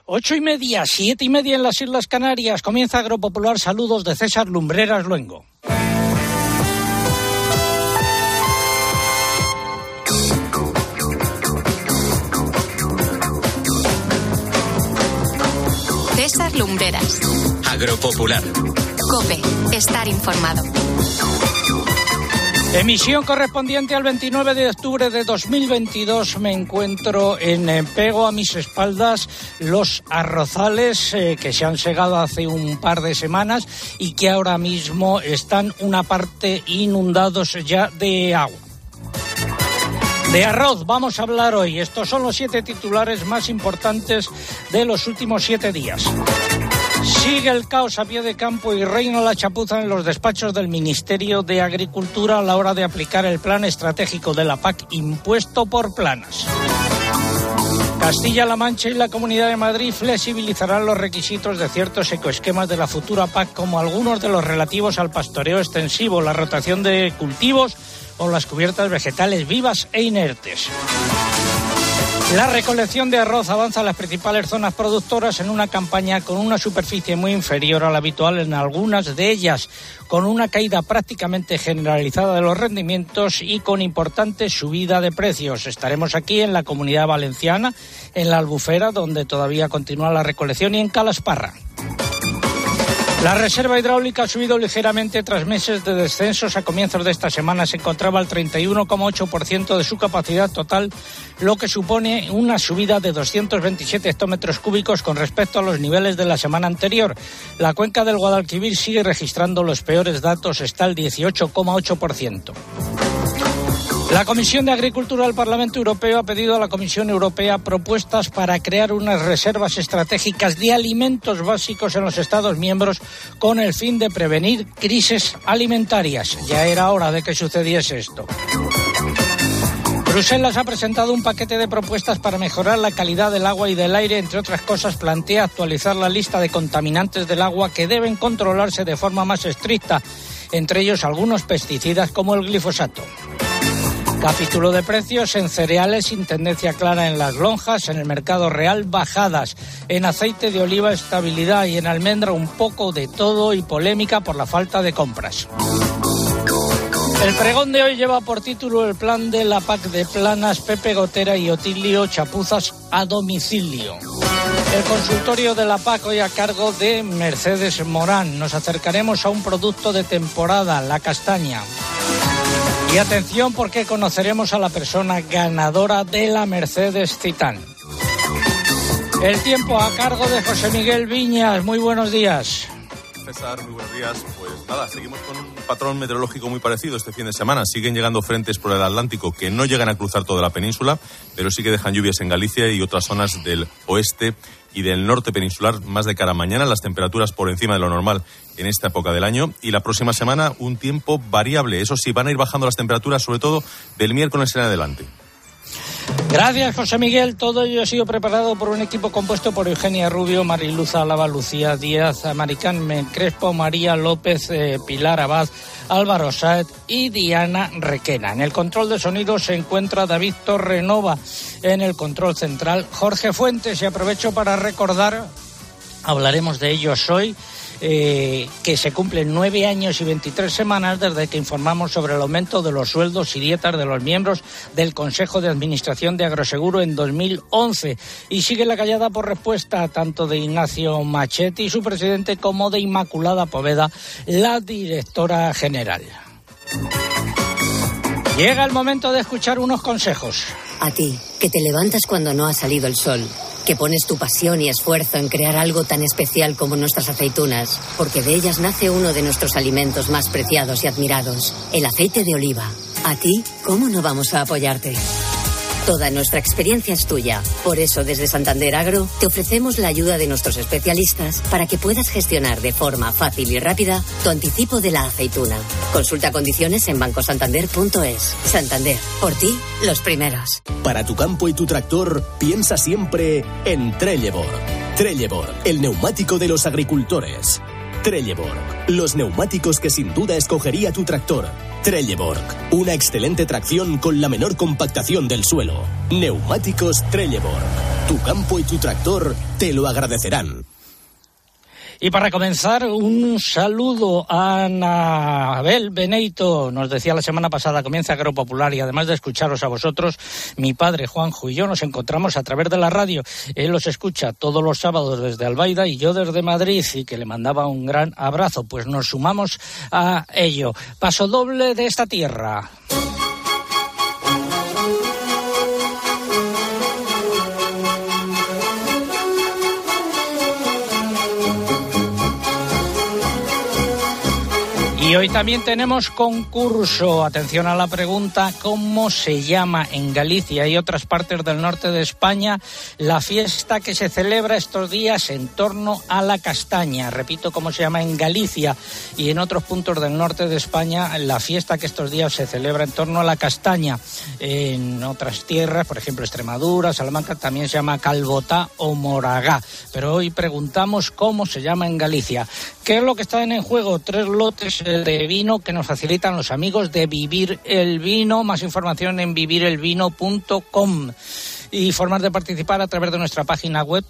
8:30, 7:30 en las Islas Canarias. Comienza Agropopular. Saludos de César Lumbreras Luengo. César Lumbreras. Agropopular. COPE. Estar informado. Emisión correspondiente al 29 de octubre de 2022. Me encuentro en Pego, a mis espaldas, los arrozales que se han segado hace un par de semanas y que ahora mismo están una parte inundados ya de agua. De arroz vamos a hablar hoy. Estos son los 7 titulares más importantes de los últimos 7 días. Sigue el caos a pie de campo y reina la chapuza en los despachos del Ministerio de Agricultura a la hora de aplicar el plan estratégico de la PAC impuesto por planas. Castilla-La Mancha y la Comunidad de Madrid flexibilizarán los requisitos de ciertos ecoesquemas de la futura PAC, como algunos de los relativos al pastoreo extensivo, la rotación de cultivos o las cubiertas vegetales vivas e inertes. La recolección de arroz avanza en las principales zonas productoras en una campaña con una superficie muy inferior a la habitual en algunas de ellas, con una caída prácticamente generalizada de los rendimientos y con importante subida de precios. Estaremos aquí en la Comunidad Valenciana, en la Albufera, donde todavía continúa la recolección, y en Calasparra. La reserva hidráulica ha subido ligeramente tras meses de descensos. A comienzos de esta semana se encontraba al 31,8% de su capacidad total, lo que supone una subida de 227 hectómetros cúbicos con respecto a los niveles de la semana anterior. La cuenca del Guadalquivir sigue registrando los peores datos, está al 18,8%. La Comisión de Agricultura del Parlamento Europeo ha pedido a la Comisión Europea propuestas para crear unas reservas estratégicas de alimentos básicos en los Estados miembros con el fin de prevenir crisis alimentarias. Ya era hora de que sucediese esto. Bruselas ha presentado un paquete de propuestas para mejorar la calidad del agua y del aire. Entre otras cosas, plantea actualizar la lista de contaminantes del agua que deben controlarse de forma más estricta, entre ellos algunos pesticidas como el glifosato. Capítulo de precios en cereales sin tendencia clara en las lonjas, en el mercado real bajadas, en aceite de oliva estabilidad y en almendra un poco de todo y polémica por la falta de compras. El pregón de hoy lleva por título el plan de la PAC de Planas, Pepe Gotera y Otilio Chapuzas a domicilio. El consultorio de la PAC hoy a cargo de Mercedes Morán. Nos acercaremos a un producto de temporada, la castaña. Y atención, porque conoceremos a la persona ganadora de la Mercedes Citán. El tiempo a cargo de José Miguel Viñas. Muy buenos días. César, muy buenos días. Pues nada, seguimos con un patrón meteorológico muy parecido este fin de semana. Siguen llegando frentes por el Atlántico que no llegan a cruzar toda la península, pero sí que dejan lluvias en Galicia y otras zonas del oeste y del norte peninsular más de cara a mañana. Las temperaturas por encima de lo normal en esta época del año, y la próxima semana un tiempo variable. Eso sí, van a ir bajando las temperaturas, sobre todo del miércoles en adelante. Gracias, José Miguel. Todo ello ha sido preparado por un equipo compuesto por Eugenia Rubio, Mariluz Álava, Lucía Díaz, Maricarmen Crespo, María López, Pilar Abad, Álvaro Sáez y Diana Requena. En el control de sonido se encuentra David Torrenova. En el control central, Jorge Fuentes. Y aprovecho para recordar, hablaremos de ellos hoy, que se cumplen 9 años y 23 semanas desde que informamos sobre el aumento de los sueldos y dietas de los miembros del Consejo de Administración de Agroseguro en 2011. Y sigue la callada por respuesta tanto de Ignacio Machetti, su presidente, como de Inmaculada Poveda, la directora general. Llega el momento de escuchar unos consejos. A ti, que te levantas cuando no ha salido el sol, que pones tu pasión y esfuerzo en crear algo tan especial como nuestras aceitunas, porque de ellas nace uno de nuestros alimentos más preciados y admirados, el aceite de oliva. A ti, ¿cómo no vamos a apoyarte? Toda nuestra experiencia es tuya. Por eso, desde Santander Agro, te ofrecemos la ayuda de nuestros especialistas para que puedas gestionar de forma fácil y rápida tu anticipo de la aceituna. Consulta condiciones en bancosantander.es. Santander, por ti, los primeros. Para tu campo y tu tractor, piensa siempre en Trelleborg. Trelleborg, el neumático de los agricultores. Trelleborg, los neumáticos que sin duda escogería tu tractor. Trelleborg, una excelente tracción con la menor compactación del suelo. Neumáticos Trelleborg. Tu campo y tu tractor te lo agradecerán. Y para comenzar, un saludo a Anabel Beneito. Nos decía la semana pasada, comienza Agropopular, y además de escucharos a vosotros, mi padre Juanjo y yo nos encontramos a través de la radio. Él los escucha todos los sábados desde Albaida y yo desde Madrid, y que le mandaba un gran abrazo. Pues nos sumamos a ello. Paso doble de esta tierra. Y hoy también tenemos concurso. Atención a la pregunta: ¿cómo se llama en Galicia y otras partes del norte de España la fiesta que se celebra estos días en torno a la castaña? Repito, ¿cómo se llama en Galicia y en otros puntos del norte de España la fiesta que estos días se celebra en torno a la castaña? En otras tierras, por ejemplo Extremadura, Salamanca, también se llama Calbotá o Moragá. Pero hoy preguntamos cómo se llama en Galicia. ¿Qué es lo que está en juego? 3 lotes de vino que nos facilitan los amigos de Vivir el Vino. Más información en vivirelvino.com. Y formas de participar a través de nuestra página web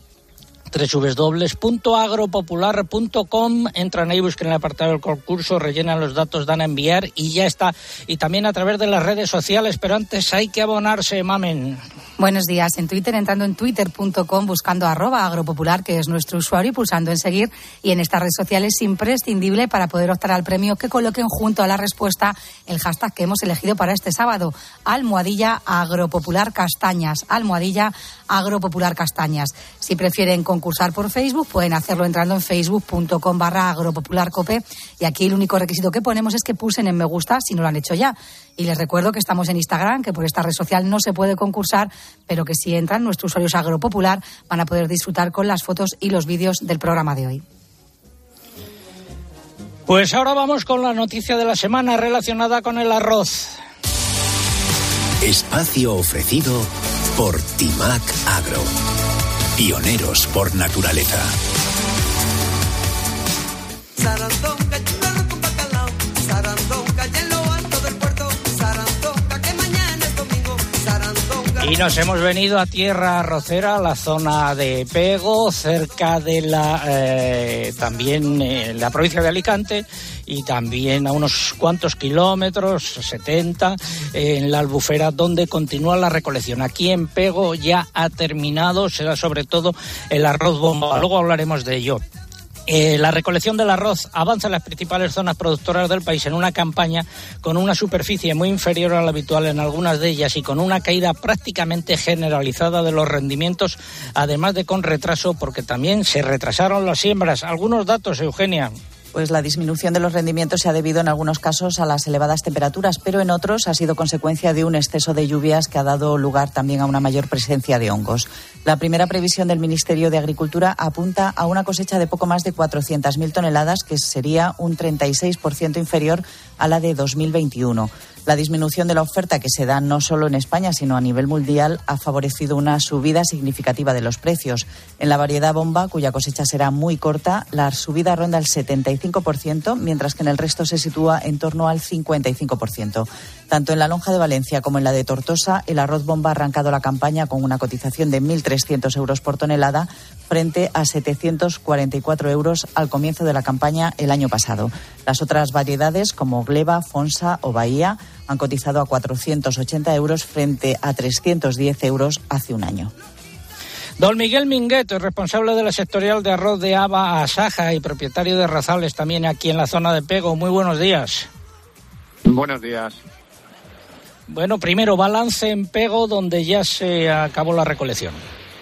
www.agropopular.com. Entran ahí, busquen el apartado del concurso, rellenan los datos, dan a enviar y ya está. Y también a través de las redes sociales, pero antes hay que abonarse, Mamen. Buenos días. En Twitter, entrando en twitter.com, buscando @agropopular, que es nuestro usuario, y pulsando en seguir. Y en estas redes sociales es imprescindible para poder optar al premio que coloquen junto a la respuesta el hashtag que hemos elegido para este sábado: @agropopularcastañas, @agropopularcastañas. Si prefieren concursar por Facebook, pueden hacerlo entrando en facebook.com/agropopularcope. Y aquí el único requisito que ponemos es que pulsen en me gusta si no lo han hecho ya. Y les recuerdo que estamos en Instagram, que por esta red social no se puede concursar, pero que si entran nuestros usuarios Agropopular van a poder disfrutar con las fotos y los vídeos del programa de hoy. Pues ahora vamos con la noticia de la semana relacionada con el arroz. Espacio ofrecido por Timac Agro. Pioneros por naturaleza. Y nos hemos venido a tierra arrocera, a la zona de Pego, cerca de también la provincia de Alicante, y también a unos cuantos kilómetros, 70, en la Albufera, donde continúa la recolección. Aquí en Pego ya ha terminado, será sobre todo el arroz bomba, luego hablaremos de ello. La recolección del arroz avanza en las principales zonas productoras del país en una campaña con una superficie muy inferior a la habitual en algunas de ellas y con una caída prácticamente generalizada de los rendimientos, además de con retraso porque también se retrasaron las siembras. Algunos datos, Eugenia. Pues la disminución de los rendimientos se ha debido en algunos casos a las elevadas temperaturas, pero en otros ha sido consecuencia de un exceso de lluvias que ha dado lugar también a una mayor presencia de hongos. La primera previsión del Ministerio de Agricultura apunta a una cosecha de poco más de 400.000 toneladas, que sería un 36% inferior a la de 2021. La disminución de la oferta, que se da no solo en España, sino a nivel mundial, ha favorecido una subida significativa de los precios. En la variedad bomba, cuya cosecha será muy corta, la subida ronda el 75%, mientras que en el resto se sitúa en torno al 55%. Tanto en la lonja de Valencia como en la de Tortosa, el arroz bomba ha arrancado la campaña con una cotización de 1.300 euros por tonelada, frente a 744 euros al comienzo de la campaña el año pasado. Las otras variedades, como Gleba, Fonsa o Bahía, han cotizado a 480 euros frente a 310 euros hace un año. Don Miguel Minguet, responsable de la sectorial de arroz de Aba Asaja y propietario de Razales también aquí en la zona de Pego. Muy buenos días. Buenos días. Bueno, primero, balance en Pego, donde ya se acabó la recolección.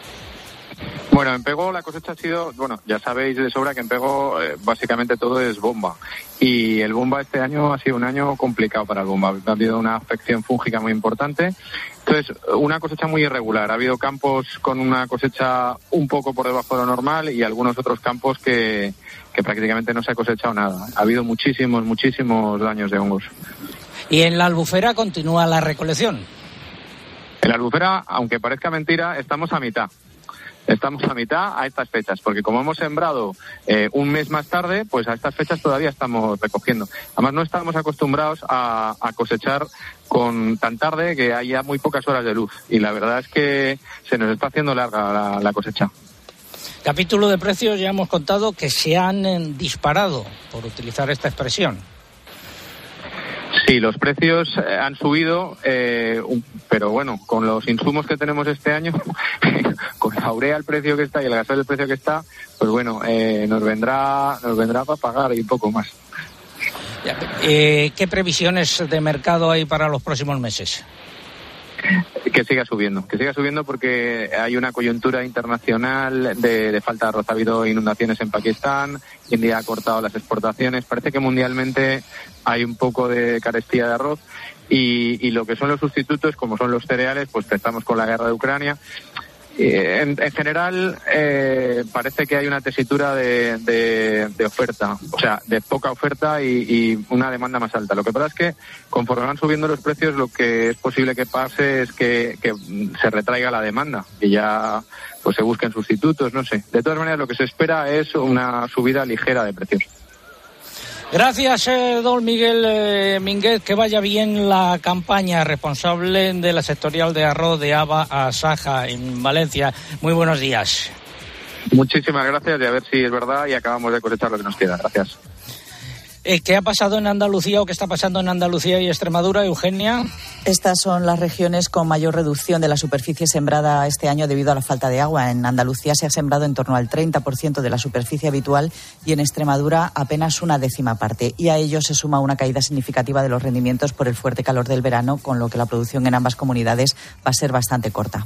Bueno, en Pego la cosecha ha sido, ya sabéis de sobra que en Pego básicamente todo es bomba. Y el bomba este año ha sido un año complicado para el bomba. Ha habido una afección fúngica muy importante. Entonces, una cosecha muy irregular. Ha habido campos con una cosecha un poco por debajo de lo normal y algunos otros campos que prácticamente no se ha cosechado nada. Ha habido muchísimos daños de hongos. ¿Y en la Albufera continúa la recolección? En la Albufera, aunque parezca mentira, estamos a mitad. Estamos a mitad a estas fechas, porque como hemos sembrado un mes más tarde, pues a estas fechas todavía estamos recogiendo. Además, no estamos acostumbrados a cosechar con tan tarde, que haya muy pocas horas de luz, y la verdad es que se nos está haciendo larga la cosecha. Capítulo de precios, ya hemos contado que se han disparado, por utilizar esta expresión. Sí, los precios han subido, pero bueno, con los insumos que tenemos este año, con la urea el precio que está y el gasoil el precio que está, pues bueno, nos vendrá para pagar y un poco más. ¿Qué previsiones de mercado hay para los próximos meses? Que siga subiendo porque hay una coyuntura internacional de falta de arroz. Ha habido inundaciones en Pakistán, India ha cortado las exportaciones. Parece que mundialmente hay un poco de carestía de arroz y lo que son los sustitutos, como son los cereales, pues estamos con la guerra de Ucrania. En general parece que hay una tesitura de oferta, o sea, de poca oferta y una demanda más alta. Lo que pasa es que conforme van subiendo los precios, lo que es posible que pase es que se retraiga la demanda y ya pues se busquen sustitutos, no sé. De todas maneras, lo que se espera es una subida ligera de precios. Gracias, don Miguel Minguez. Que vaya bien la campaña. Responsable de la sectorial de arroz de Aba a Saja, en Valencia. Muy buenos días. Muchísimas gracias y a ver si es verdad y acabamos de cosechar lo que nos queda. Gracias. ¿Qué ha pasado en Andalucía o qué está pasando en Andalucía y Extremadura, Eugenia? Estas son las regiones con mayor reducción de la superficie sembrada este año debido a la falta de agua. En Andalucía se ha sembrado en torno al 30% de la superficie habitual y en Extremadura apenas una décima parte. Y a ello se suma una caída significativa de los rendimientos por el fuerte calor del verano, con lo que la producción en ambas comunidades va a ser bastante corta.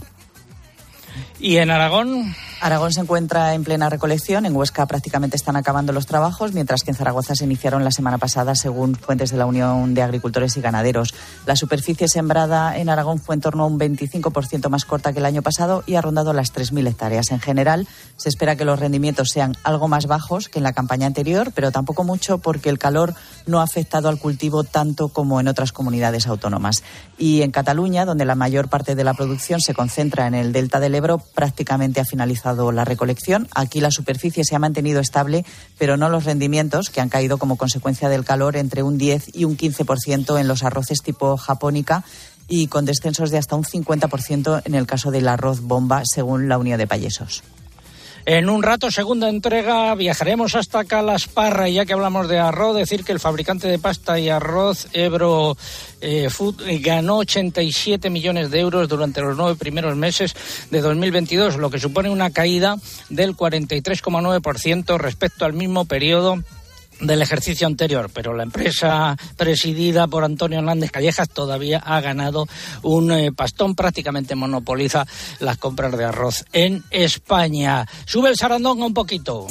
¿Y en Aragón? Aragón se encuentra en plena recolección. En Huesca prácticamente están acabando los trabajos, mientras que en Zaragoza se iniciaron la semana pasada, según fuentes de la Unión de Agricultores y Ganaderos. La superficie sembrada en Aragón fue en torno a un 25% más corta que el año pasado y ha rondado las 3.000 hectáreas. En general, se espera que los rendimientos sean algo más bajos que en la campaña anterior, pero tampoco mucho porque el calor no ha afectado al cultivo tanto como en otras comunidades autónomas. Y en Cataluña, donde la mayor parte de la producción se concentra en el delta del Ebro, prácticamente ha finalizado la recolección. Aquí la superficie se ha mantenido estable, pero no los rendimientos, que han caído como consecuencia del calor entre un 10 y un 15% en los arroces tipo japónica y con descensos de hasta un 50% en el caso del arroz bomba, según la Unión de Payesos. En un rato, segunda entrega, viajaremos hasta Calasparra. Y ya que hablamos de arroz, decir que el fabricante de pasta y arroz Ebro Food ganó 87 millones de euros durante los 9 primeros meses de 2022, lo que supone una caída del 43,9% respecto al mismo periodo del ejercicio anterior, pero la empresa presidida por Antonio Hernández Callejas todavía ha ganado un pastón, prácticamente monopoliza las compras de arroz en España. Sube el sarandonga un poquito.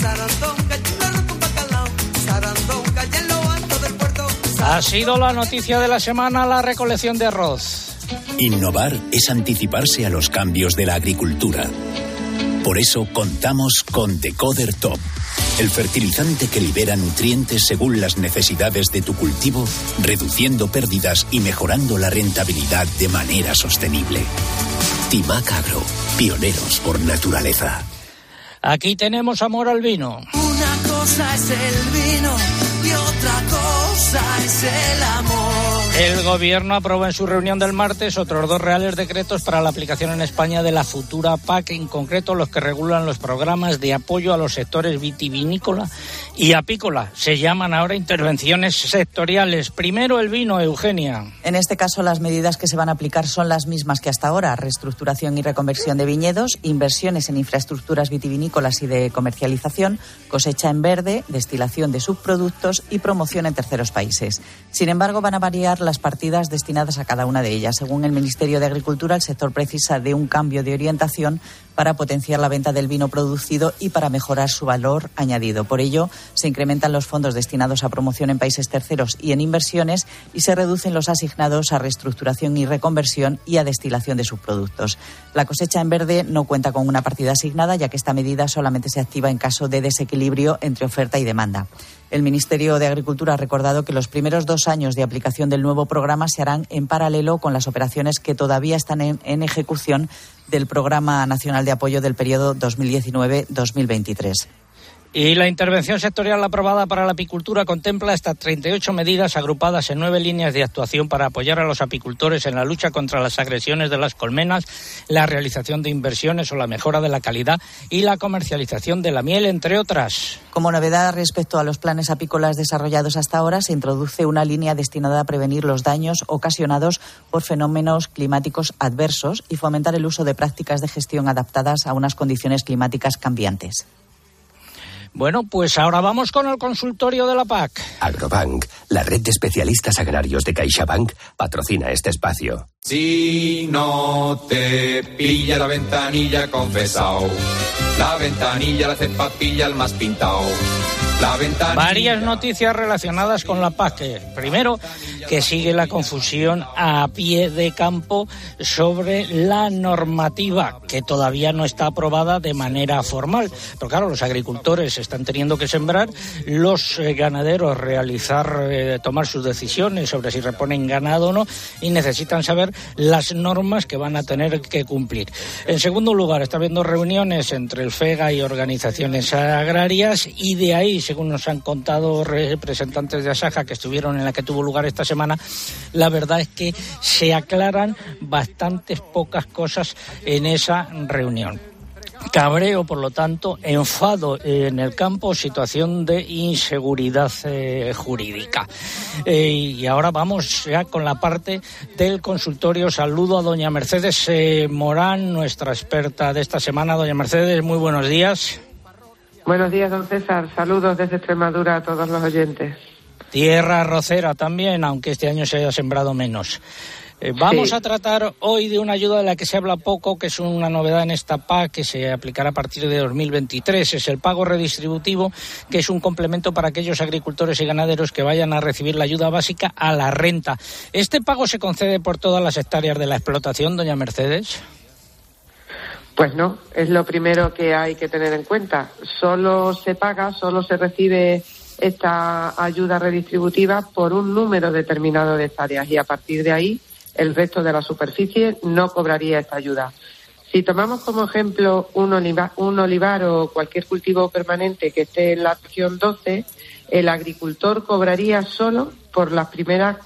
Ha sido la noticia de la semana la recolección de arroz. Innovar es anticiparse a los cambios de la agricultura. Por eso contamos con Decoder Top, el fertilizante que libera nutrientes según las necesidades de tu cultivo, reduciendo pérdidas y mejorando la rentabilidad de manera sostenible. Timac Agro, pioneros por naturaleza. Aquí tenemos amor al vino. Una cosa es el vino y otra cosa es el amor. El Gobierno aprobó en su reunión del martes otros 2 reales decretos para la aplicación en España de la futura PAC, en concreto los que regulan los programas de apoyo a los sectores vitivinícola y apícola. Se llaman ahora intervenciones sectoriales. Primero el vino, Eugenia. En este caso, las medidas que se van a aplicar son las mismas que hasta ahora: reestructuración y reconversión de viñedos, inversiones en infraestructuras vitivinícolas y de comercialización, cosecha en verde, destilación de subproductos y promoción en terceros países. Sin embargo, van a variar las partidas destinadas a cada una de ellas. Según el Ministerio de Agricultura, el sector precisa de un cambio de orientación para potenciar la venta del vino producido y para mejorar su valor añadido. Por ello, se incrementan los fondos destinados a promoción en países terceros y en inversiones, y se reducen los asignados a reestructuración y reconversión y a destilación de subproductos. La cosecha en verde no cuenta con una partida asignada, ya que esta medida solamente se activa en caso de desequilibrio entre oferta y demanda. El Ministerio de Agricultura ha recordado que los primeros 2 años de aplicación del nuevo programa se harán en paralelo con las operaciones que todavía están en ejecución del Programa Nacional de Apoyo del periodo 2019-2023. Y la intervención sectorial aprobada para la apicultura contempla hasta 38 medidas agrupadas en 9 líneas de actuación para apoyar a los apicultores en la lucha contra las agresiones de las colmenas, la realización de inversiones o la mejora de la calidad y la comercialización de la miel, entre otras. Como novedad respecto a los planes apícolas desarrollados hasta ahora, se introduce una línea destinada a prevenir los daños ocasionados por fenómenos climáticos adversos y fomentar el uso de prácticas de gestión adaptadas a unas condiciones climáticas cambiantes. Bueno, pues ahora vamos con el consultorio de la PAC. Agrobank, la red de especialistas agrarios de CaixaBank, patrocina este espacio. Si no te pilla la ventanilla confesao, la ventanilla la hace papilla el más pintao. Varias noticias relacionadas con la PAC. Primero, que sigue la confusión a pie de campo sobre la normativa, que todavía no está aprobada de manera formal. Pero claro, los agricultores están teniendo que sembrar, los ganaderos tomar sus decisiones sobre si reponen ganado o no, y necesitan saber las normas que van a tener que cumplir. En segundo lugar, está habiendo reuniones entre el FEGA y organizaciones agrarias, y de ahí, según nos han contado representantes de Asaja que estuvieron en la que tuvo lugar esta semana, la verdad es que se aclaran bastantes pocas cosas en esa reunión. Cabreo, por lo tanto, enfado en el campo, situación de inseguridad jurídica. Y ahora vamos ya con la parte del consultorio. Saludo a doña Mercedes Morán, nuestra experta de esta semana. Doña Mercedes, muy buenos días. Buenos días, don César. Saludos desde Extremadura a todos los oyentes. Tierra arrocera también, aunque este año se haya sembrado menos. Vamos a tratar hoy de una ayuda de la que se habla poco, que es una novedad en esta PAC, que se aplicará a partir de 2023. Es el pago redistributivo, que es un complemento para aquellos agricultores y ganaderos que vayan a recibir la ayuda básica a la renta. ¿Este pago se concede por todas las hectáreas de la explotación, doña Mercedes? Pues no, es lo primero que hay que tener en cuenta. Solo se recibe esta ayuda redistributiva por un número determinado de hectáreas, y a partir de ahí el resto de la superficie no cobraría esta ayuda. Si tomamos como ejemplo un olivar o cualquier cultivo permanente que esté en la región 12, el agricultor cobraría solo por las primeras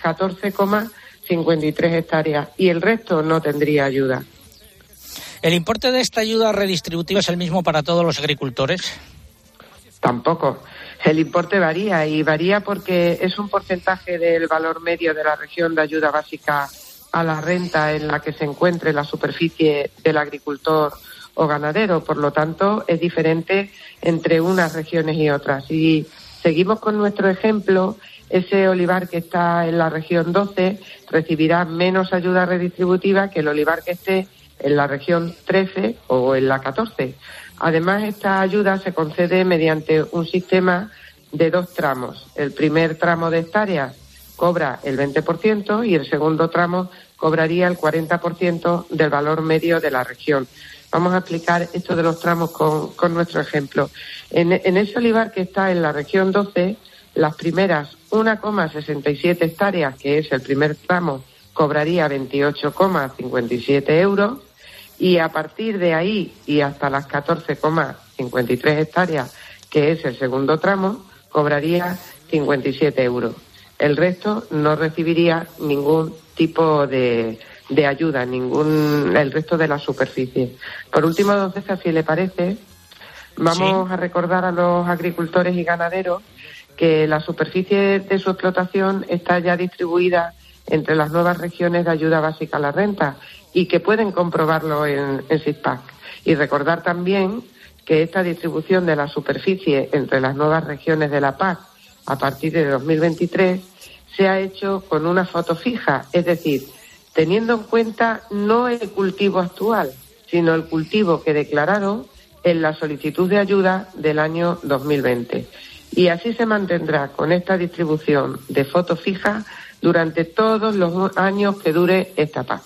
14,53 hectáreas y el resto no tendría ayuda. ¿El importe de esta ayuda redistributiva es el mismo para todos los agricultores? Tampoco. El importe varía, y varía porque es un porcentaje del valor medio de la región de ayuda básica a la renta en la que se encuentre la superficie del agricultor o ganadero. Por lo tanto, es diferente entre unas regiones y otras. Si seguimos con nuestro ejemplo, ese olivar que está en la región 12 recibirá menos ayuda redistributiva que el olivar que esté en la región 13 o en la 14. Además, esta ayuda se concede mediante un sistema de 2 tramos. El primer tramo de hectáreas cobra el 20% y el segundo tramo cobraría el 40% del valor medio de la región. Vamos a explicar esto de los tramos con nuestro ejemplo. En ese olivar que está en la región 12, las primeras 1,67 hectáreas, que es el primer tramo, cobraría 28,57 euros, y a partir de ahí y hasta las 14,53 hectáreas, que es el segundo tramo, cobraría 57 euros. El resto no recibiría ningún tipo de ayuda, el resto de la superficie. Por último, don César, si le parece, vamos a recordar a los agricultores y ganaderos que la superficie de su explotación está ya distribuida entre las nuevas regiones de ayuda básica a la renta y que pueden comprobarlo en SISPAC. Y recordar también que esta distribución de la superficie entre las nuevas regiones de la PAC a partir de 2023 se ha hecho con una foto fija, es decir, teniendo en cuenta no el cultivo actual, sino el cultivo que declararon en la solicitud de ayuda del año 2020. Y así se mantendrá con esta distribución de foto fija durante todos los años que dure esta PAC.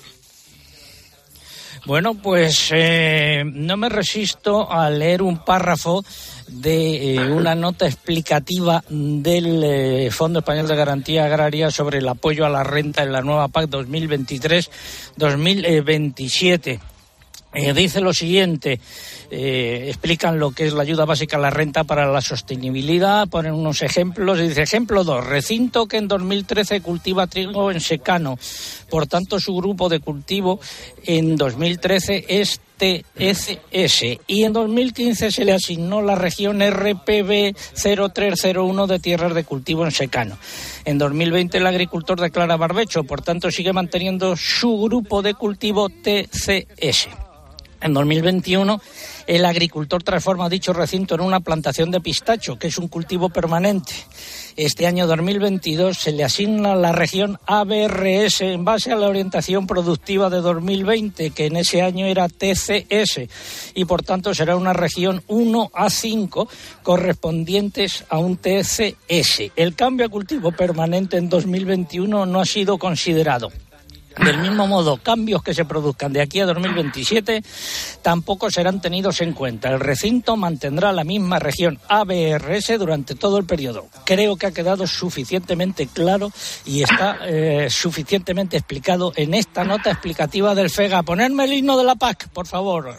Bueno, pues no me resisto a leer un párrafo de una nota explicativa del Fondo Español de Garantía Agraria sobre el apoyo a la renta en la nueva PAC 2023-2027. Dice lo siguiente, explican lo que es la ayuda básica a la renta para la sostenibilidad, ponen unos ejemplos, y dice, ejemplo 2, recinto que en 2013 cultiva trigo en secano, por tanto su grupo de cultivo en 2013 es TCS, y en 2015 se le asignó la región RPB 0301 de tierras de cultivo en secano. En 2020 el agricultor declara barbecho, por tanto sigue manteniendo su grupo de cultivo TCS. En 2021, el agricultor transforma dicho recinto en una plantación de pistacho, que es un cultivo permanente. Este año 2022 se le asigna la región ABRS en base a la orientación productiva de 2020, que en ese año era TCS, y por tanto será una región 1A5 correspondientes a un TCS. El cambio a cultivo permanente en 2021 no ha sido considerado. Del mismo modo, cambios que se produzcan de aquí a 2027 tampoco serán tenidos en cuenta. El recinto mantendrá la misma región ABRS durante todo el periodo. Creo que ha quedado suficientemente claro y está suficientemente explicado en esta nota explicativa del FEGA. Ponerme el himno de la PAC, por favor.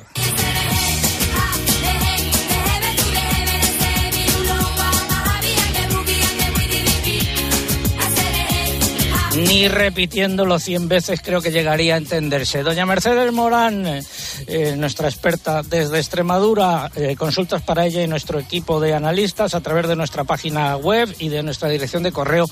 Ni repitiéndolo 100 veces creo que llegaría a entenderse. Doña Mercedes Morán, nuestra experta desde Extremadura, consultas para ella y nuestro equipo de analistas a través de nuestra página web y de nuestra dirección de correo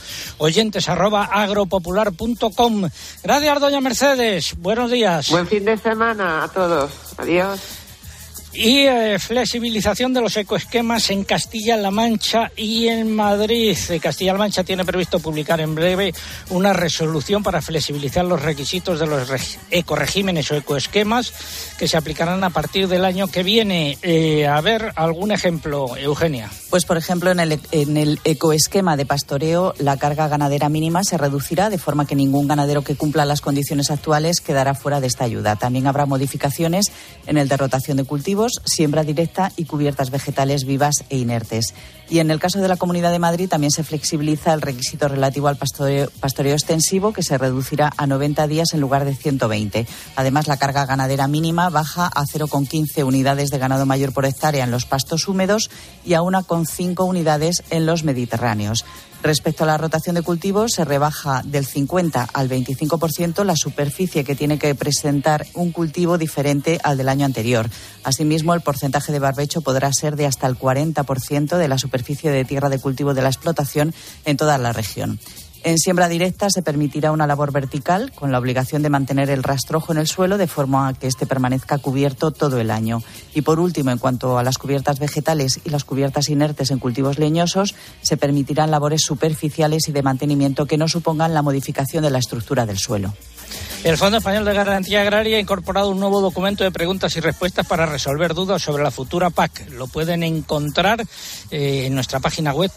oyentes@agropopular.com. Gracias, doña Mercedes. Buenos días. Buen fin de semana a todos. Adiós. Y flexibilización de los ecoesquemas en Castilla-La Mancha y en Madrid. Castilla-La Mancha tiene previsto publicar en breve una resolución para flexibilizar los requisitos de los ecoregímenes o ecoesquemas que se aplicarán a partir del año que viene. A ver, algún ejemplo, Eugenia. Pues, por ejemplo, en el ecoesquema de pastoreo, la carga ganadera mínima se reducirá de forma que ningún ganadero que cumpla las condiciones actuales quedará fuera de esta ayuda. También habrá modificaciones en el de rotación de cultivos, siembra directa y cubiertas vegetales vivas e inertes. Y en el caso de la Comunidad de Madrid también se flexibiliza el requisito relativo al pastoreo extensivo, que se reducirá a 90 días en lugar de 120. Además, la carga ganadera mínima baja a 0,15 unidades de ganado mayor por hectárea en los pastos húmedos y a 1,5 unidades en los mediterráneos. Respecto a la rotación de cultivos, se rebaja del 50 al 25% la superficie que tiene que presentar un cultivo diferente al del año anterior. Asimismo, el porcentaje de barbecho podrá ser de hasta el 40% de la superficie de tierra de cultivo de la explotación en toda la región. En siembra directa se permitirá una labor vertical con la obligación de mantener el rastrojo en el suelo de forma que éste permanezca cubierto todo el año. Y por último, en cuanto a las cubiertas vegetales y las cubiertas inertes en cultivos leñosos, se permitirán labores superficiales y de mantenimiento que no supongan la modificación de la estructura del suelo. El Fondo Español de Garantía Agraria ha incorporado un nuevo documento de preguntas y respuestas para resolver dudas sobre la futura PAC. Lo pueden encontrar en nuestra página web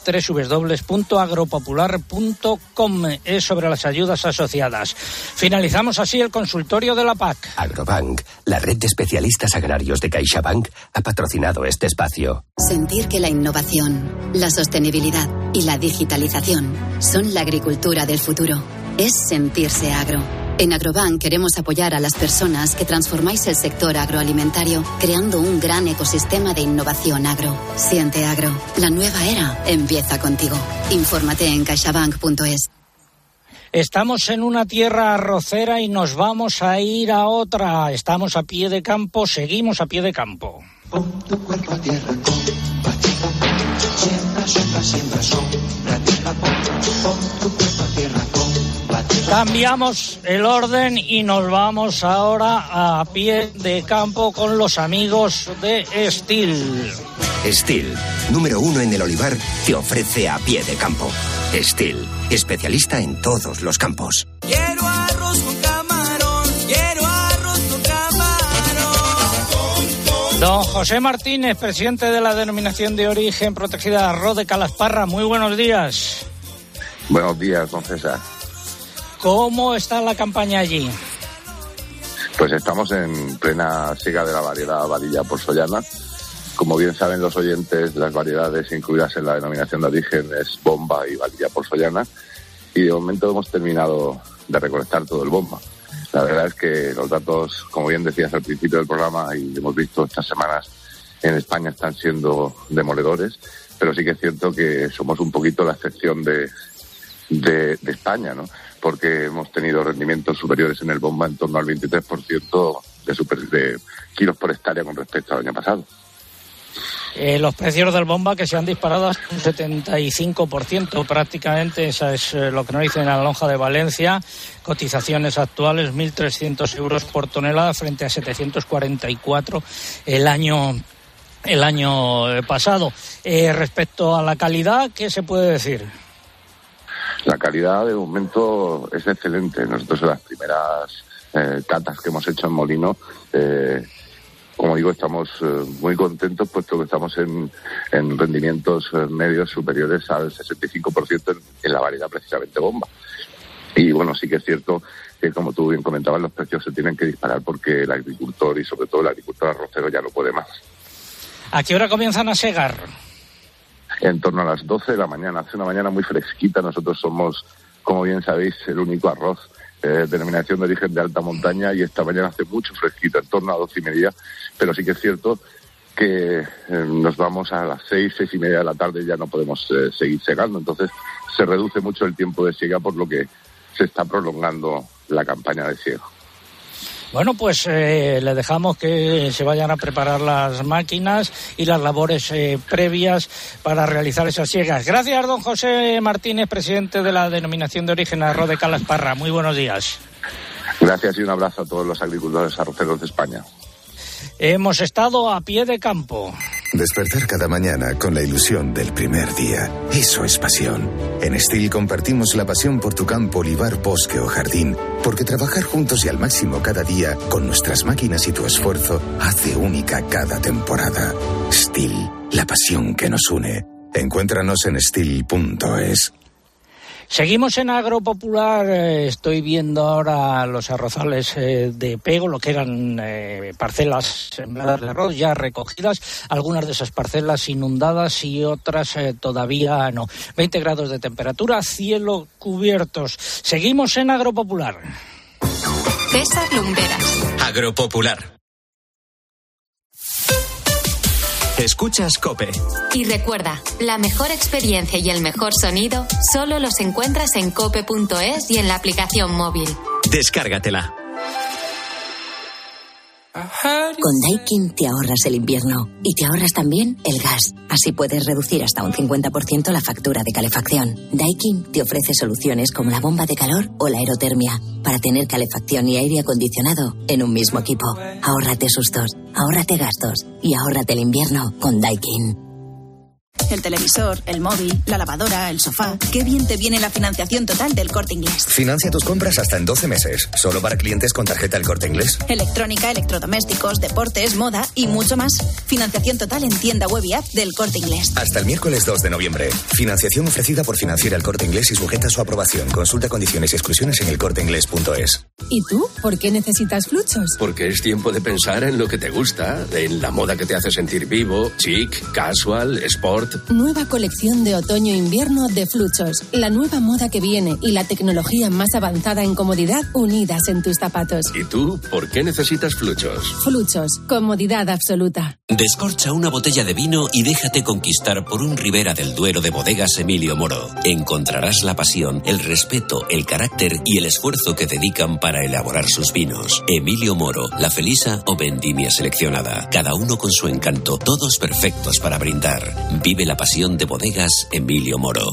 www.agropopular.com. Es sobre las ayudas asociadas. Finalizamos así el consultorio de la PAC. Agrobank, la red de especialistas agrarios de CaixaBank, ha patrocinado este espacio. Sentir que la innovación, la sostenibilidad y la digitalización son la agricultura del futuro. Es sentirse agro. En Agrobank queremos apoyar a las personas que transformáis el sector agroalimentario creando un gran ecosistema de innovación agro. Siente agro. La nueva era empieza contigo. Infórmate en caixabank.es. Estamos en una tierra arrocera y nos vamos a ir a otra. Estamos a pie de campo, seguimos a pie de campo. Pon tu cuerpo a tierra con Pachita. Siembra, siembra, siembra, sombra, tierra, pon tu cuerpo a tierra con Pachita. Cambiamos el orden y nos vamos ahora a pie de campo con los amigos de Steel. Steel, número 1 en el olivar, te ofrece a pie de campo. Steel, especialista en todos los campos. Quiero arroz con camarón, quiero arroz con camarón. Don José Martínez, presidente de la Denominación de Origen Protegida de Arroz de Calasparra, muy buenos días. Buenos días, don César. ¿Cómo está la campaña allí? Pues estamos en plena siega de la variedad varilla porzoyana. Como bien saben los oyentes, las variedades incluidas en la denominación de origen es bomba y varilla porzoyana. Y de momento hemos terminado de recolectar todo el bomba. La verdad es que los datos, como bien decías al principio del programa, y hemos visto estas semanas en España, están siendo demoledores, pero sí que es cierto que somos un poquito la excepción de España, ¿no? Porque hemos tenido rendimientos superiores en el bomba en torno al 23% de kilos por hectárea con respecto al año pasado. Los precios del bomba que se han disparado hasta un 75% prácticamente, esa es lo que nos dicen en la lonja de Valencia. Cotizaciones actuales 1.300 euros por tonelada frente a 744 el año pasado. Respecto a la calidad, ¿qué se puede decir? La calidad de momento es excelente. Nosotros en las primeras catas que hemos hecho en Molino, como digo, estamos muy contentos, puesto que estamos en rendimientos medios superiores al 65% en la variedad precisamente bomba. Y bueno, sí que es cierto que, como tú bien comentabas, los precios se tienen que disparar porque el agricultor y sobre todo el agricultor arrocero ya no puede más. ¿A qué hora comienzan a segar? En torno a las 12 de la mañana. Hace una mañana muy fresquita. Nosotros somos, como bien sabéis, el único arroz denominación de origen de alta montaña, y esta mañana hace mucho fresquito, en torno a 12:30, pero sí que es cierto que nos vamos a las 6:30 de la tarde y ya no podemos seguir segando. Entonces se reduce mucho el tiempo de siega, por lo que se está prolongando la campaña de siega. Bueno, pues le dejamos que se vayan a preparar las máquinas y las labores previas para realizar esas siegas. Gracias, don José Martínez, presidente de la denominación de origen Arroz de Calasparra. Muy buenos días. Gracias y un abrazo a todos los agricultores arroceros de España. Hemos estado a pie de campo. Despertar cada mañana con la ilusión del primer día. Eso es pasión. En Stihl compartimos la pasión por tu campo, olivar, bosque o jardín, porque trabajar juntos y al máximo cada día, con nuestras máquinas y tu esfuerzo, hace única cada temporada. Stihl, la pasión que nos une. Encuéntranos en stihl.es. Seguimos en Agropopular. Estoy viendo ahora los arrozales de Pego, lo que eran parcelas sembradas de arroz ya recogidas, algunas de esas parcelas inundadas y otras todavía no. 20 grados de temperatura, cielo cubiertos. Seguimos en Agropopular. César Lumberas. Agropopular. Escuchas COPE. Y recuerda, la mejor experiencia y el mejor sonido solo los encuentras en cope.es y en la aplicación móvil. Descárgatela. Con Daikin te ahorras el invierno y te ahorras también el gas. Así puedes reducir hasta un 50% la factura de calefacción. Daikin te ofrece soluciones como la bomba de calor o la aerotermia para tener calefacción y aire acondicionado en un mismo equipo. Ahórrate sustos, ahórrate gastos y ahórrate el invierno con Daikin. El televisor, el móvil, la lavadora, el sofá. Qué bien te viene la financiación total del Corte Inglés. Financia tus compras hasta en 12 meses, solo para clientes con tarjeta El Corte Inglés. Electrónica, electrodomésticos, deportes, moda y mucho más. Financiación total en tienda web y app del Corte Inglés. Hasta el miércoles 2 de noviembre. Financiación ofrecida por Financiera El Corte Inglés y sujeta a su aprobación. Consulta condiciones y exclusiones en elcorteinglés.es. ¿Y tú? ¿Por qué necesitas Fluchos? Porque es tiempo de pensar en lo que te gusta, en la moda que te hace sentir vivo, chic, casual, sport. Nueva colección de otoño-invierno de Fluchos. La nueva moda que viene y la tecnología más avanzada en comodidad unidas en tus zapatos. ¿Y tú? ¿Por qué necesitas Fluchos? Fluchos. Comodidad absoluta. Descorcha una botella de vino y déjate conquistar por un Ribera del Duero de Bodegas Emilio Moro. Encontrarás la pasión, el respeto, el carácter y el esfuerzo que dedican para elaborar sus vinos. Emilio Moro, La Felisa o Vendimia Seleccionada. Cada uno con su encanto, todos perfectos para brindar. Vive la pasión de Bodegas Emilio Moro.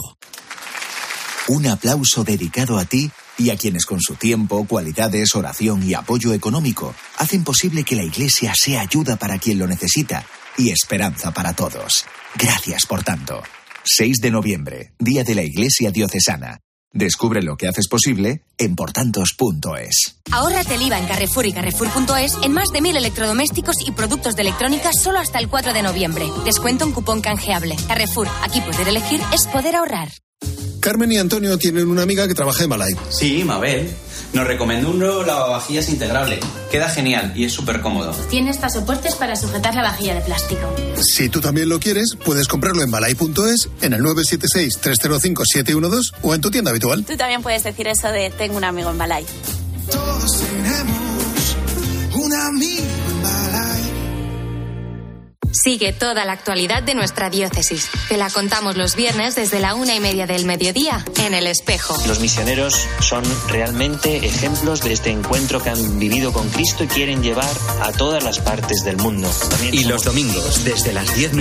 Un aplauso dedicado a ti y a quienes con su tiempo, cualidades, oración y apoyo económico hacen posible que la Iglesia sea ayuda para quien lo necesita y esperanza para todos. Gracias por tanto. 6 de noviembre, Día de la Iglesia Diocesana. Descubre lo que haces posible en portantos.es. Ahórrate el IVA en Carrefour y Carrefour.es en más de 1.000 electrodomésticos y productos de electrónica solo hasta el 4 de noviembre. Descuento en cupón canjeable. Carrefour, aquí poder elegir es poder ahorrar. Carmen y Antonio tienen una amiga que trabaja en Malay. Sí, Mabel. Nos recomendó un nuevo lavavajillas integrable. Queda genial y es súper cómodo. Tiene hasta soportes para sujetar la vajilla de plástico. Si tú también lo quieres, puedes comprarlo en malay.es, en el 976-305-712 o en tu tienda habitual. Tú también puedes decir eso de tengo un amigo en Malay. Todos en un amigo en Balay. Sigue toda la actualidad de nuestra diócesis. Te la contamos los viernes desde la 1:30 del mediodía en El Espejo. Los misioneros son realmente ejemplos de este encuentro que han vivido con Cristo y quieren llevar a todas las partes del mundo. También y los domingos, desde las 10